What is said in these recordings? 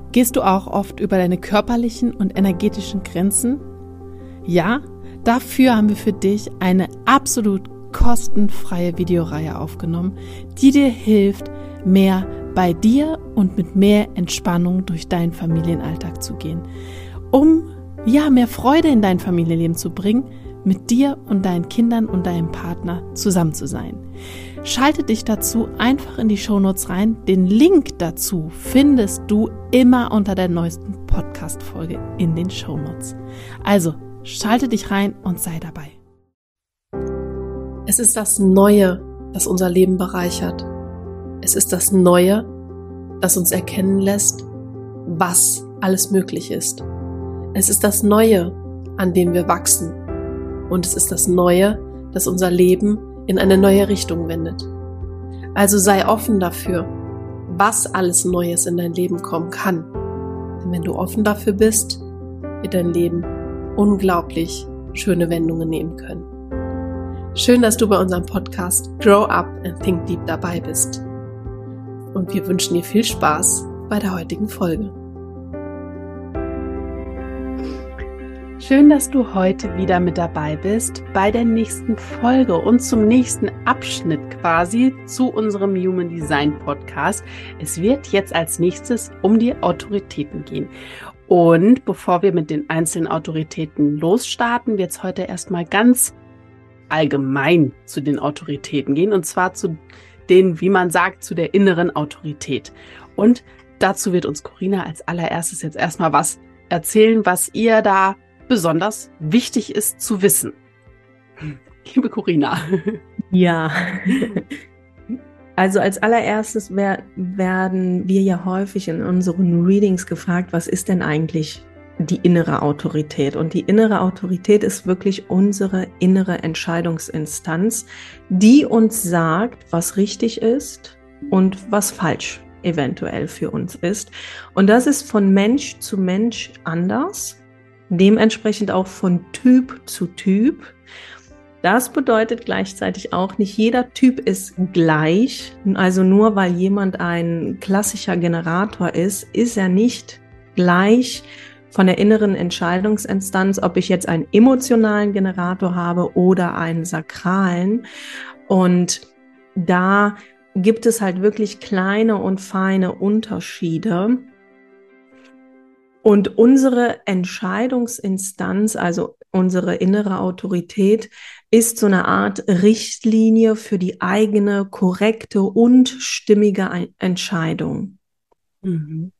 Gehst du auch oft über deine körperlichen und energetischen Grenzen? Ja, dafür haben wir für dich eine absolut kostenfreie Videoreihe aufgenommen, die dir hilft, mehr bei dir und mit mehr Entspannung durch deinen Familienalltag zu gehen, um mehr Freude in dein Familienleben zu bringen, mit dir und deinen Kindern und deinem Partner zusammen zu sein. Schalte dich dazu einfach in die Shownotes rein. Den Link dazu findest du immer unter der neuesten Podcast-Folge in den Shownotes. Also, schalte dich rein und sei dabei. Es ist das Neue, das unser Leben bereichert. Es ist das Neue, das uns erkennen lässt, was alles möglich ist. Es ist das Neue, an dem wir wachsen. Und es ist das Neue, das unser Leben in eine neue Richtung wendet. Also sei offen dafür, was alles Neues in dein Leben kommen kann. Denn wenn du offen dafür bist, wird dein Leben unglaublich schöne Wendungen nehmen können. Schön, dass du bei unserem Podcast Grow Up and Think Deep dabei bist. Und wir wünschen dir viel Spaß bei der heutigen Folge. Schön, dass du heute wieder mit dabei bist bei der nächsten Folge und zum nächsten Abschnitt quasi zu unserem Human Design Podcast. Es wird jetzt als nächstes um die Autoritäten gehen. Und bevor wir mit den einzelnen Autoritäten losstarten, wird es heute erstmal ganz allgemein zu den Autoritäten gehen, und zwar zu den, wie man sagt, zu der inneren Autorität. Und dazu wird uns Corinna als allererstes jetzt erstmal was erzählen, was ihr da besonders wichtig ist zu wissen. Liebe Corinna. Ja, also als allererstes werden wir ja häufig in unseren Readings gefragt, was ist denn eigentlich die innere Autorität? Und die innere Autorität ist wirklich unsere innere Entscheidungsinstanz, die uns sagt, was richtig ist und was falsch eventuell für uns ist. Und das ist von Mensch zu Mensch anders. Dementsprechend auch von Typ zu Typ. Das bedeutet gleichzeitig auch, nicht jeder Typ ist gleich. Also nur weil jemand ein klassischer Generator ist er nicht gleich von der inneren Entscheidungsinstanz, ob ich jetzt einen emotionalen Generator habe oder einen sakralen. Und da gibt es halt wirklich kleine und feine Unterschiede. Und unsere Entscheidungsinstanz, also unsere innere Autorität, ist so eine Art Richtlinie für die eigene korrekte und stimmige Entscheidung. Mhm.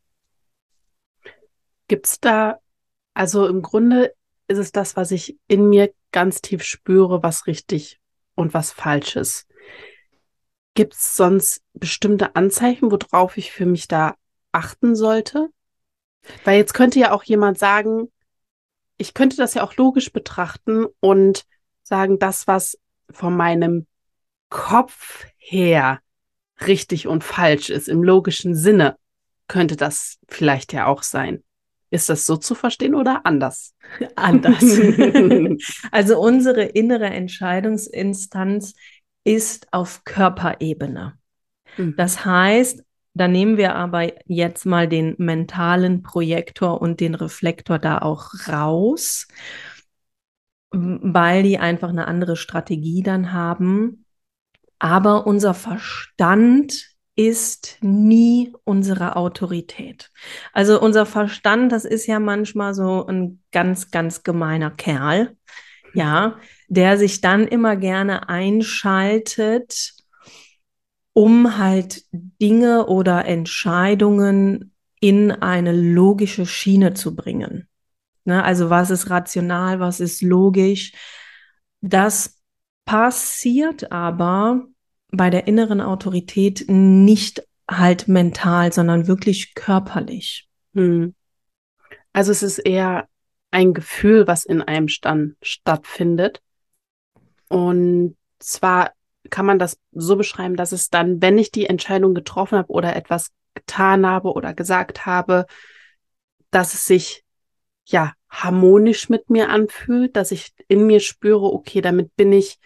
Gibt's da, also im Grunde ist es das, was ich in mir ganz tief spüre, was richtig und was falsch ist. Gibt's sonst bestimmte Anzeichen, worauf ich für mich da achten sollte? Weil jetzt könnte ja auch jemand sagen, ich könnte das ja auch logisch betrachten und sagen, das, was von meinem Kopf her richtig und falsch ist, im logischen Sinne, könnte das vielleicht ja auch sein. Ist das so zu verstehen oder anders? Anders. Also unsere innere Entscheidungsinstanz ist auf Körperebene. Das heißt, da nehmen wir aber jetzt mal den mentalen Projektor und den Reflektor da auch raus, weil die einfach eine andere Strategie dann haben. Aber unser Verstand ist nie unsere Autorität. Also unser Verstand, das ist ja manchmal so ein ganz, ganz gemeiner Kerl, ja, der sich dann immer gerne einschaltet, um halt Dinge oder Entscheidungen in eine logische Schiene zu bringen. Ne? Also was ist rational, was ist logisch? Das passiert aber bei der inneren Autorität nicht halt mental, sondern wirklich körperlich. Also es ist eher ein Gefühl, was in einem dann stattfindet. Und zwar kann man das so beschreiben, dass es dann, wenn ich die Entscheidung getroffen habe oder etwas getan habe oder gesagt habe, dass es sich ja harmonisch mit mir anfühlt, dass ich in mir spüre, okay, damit bin ich,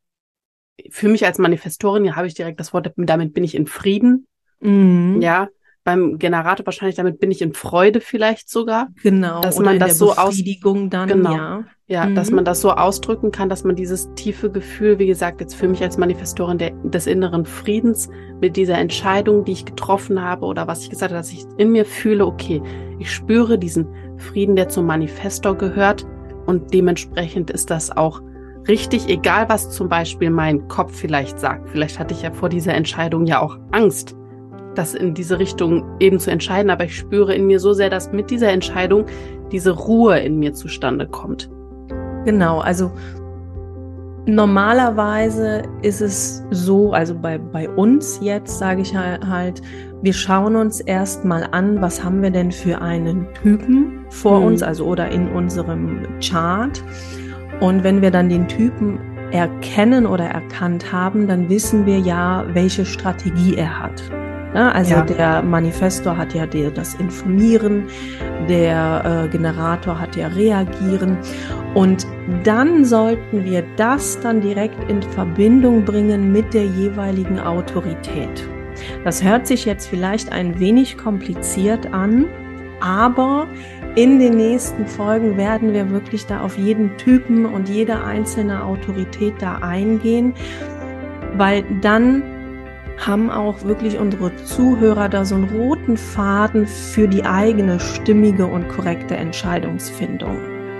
für mich als Manifestorin, ja, habe ich direkt das Wort, damit bin ich in Frieden. Mhm. Ja, beim Generator wahrscheinlich, damit bin ich in Freude vielleicht sogar. Genau, dass oder man in das der so Befriedigung dann, genau. ja. Ja, dass man das so ausdrücken kann, dass man dieses tiefe Gefühl, wie gesagt, jetzt für mich als Manifestorin des inneren Friedens mit dieser Entscheidung, die ich getroffen habe oder was ich gesagt habe, dass ich in mir fühle, okay, ich spüre diesen Frieden, der zum Manifestor gehört und dementsprechend ist das auch richtig, egal was zum Beispiel mein Kopf vielleicht sagt. Vielleicht hatte ich ja vor dieser Entscheidung ja auch Angst, das in diese Richtung eben zu entscheiden, aber ich spüre in mir so sehr, dass mit dieser Entscheidung diese Ruhe in mir zustande kommt. Genau, also normalerweise ist es so, also bei uns jetzt sage ich halt, wir schauen uns erstmal an, was haben wir denn für einen Typen vor uns, also oder in unserem Chart. Und wenn wir dann den Typen erkennen oder erkannt haben, dann wissen wir ja, welche Strategie er hat. Ja, also der Manifestor hat ja das Informieren, der Generator hat ja Reagieren. Und dann sollten wir das dann direkt in Verbindung bringen mit der jeweiligen Autorität. Das hört sich jetzt vielleicht ein wenig kompliziert an, aber in den nächsten Folgen werden wir wirklich da auf jeden Typen und jede einzelne Autorität da eingehen, weil dann haben auch wirklich unsere Zuhörer da so einen roten Faden für die eigene stimmige und korrekte Entscheidungsfindung.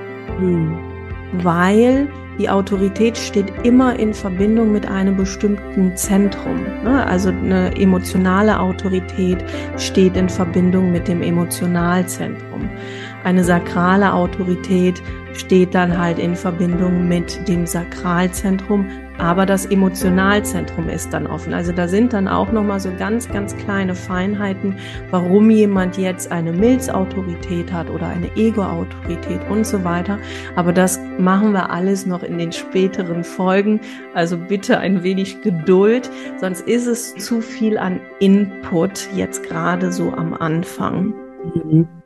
Weil die Autorität steht immer in Verbindung mit einem bestimmten Zentrum. Also eine emotionale Autorität steht in Verbindung mit dem Emotionalzentrum. Eine sakrale Autorität steht dann halt in Verbindung mit dem Sakralzentrum, aber das Emotionalzentrum ist dann offen. Also da sind dann auch nochmal so ganz, ganz kleine Feinheiten, warum jemand jetzt eine Milzautorität hat oder eine Ego-Autorität und so weiter. Aber das machen wir alles noch in den späteren Folgen. Also bitte ein wenig Geduld, sonst ist es zu viel an Input jetzt gerade so am Anfang. Mhm.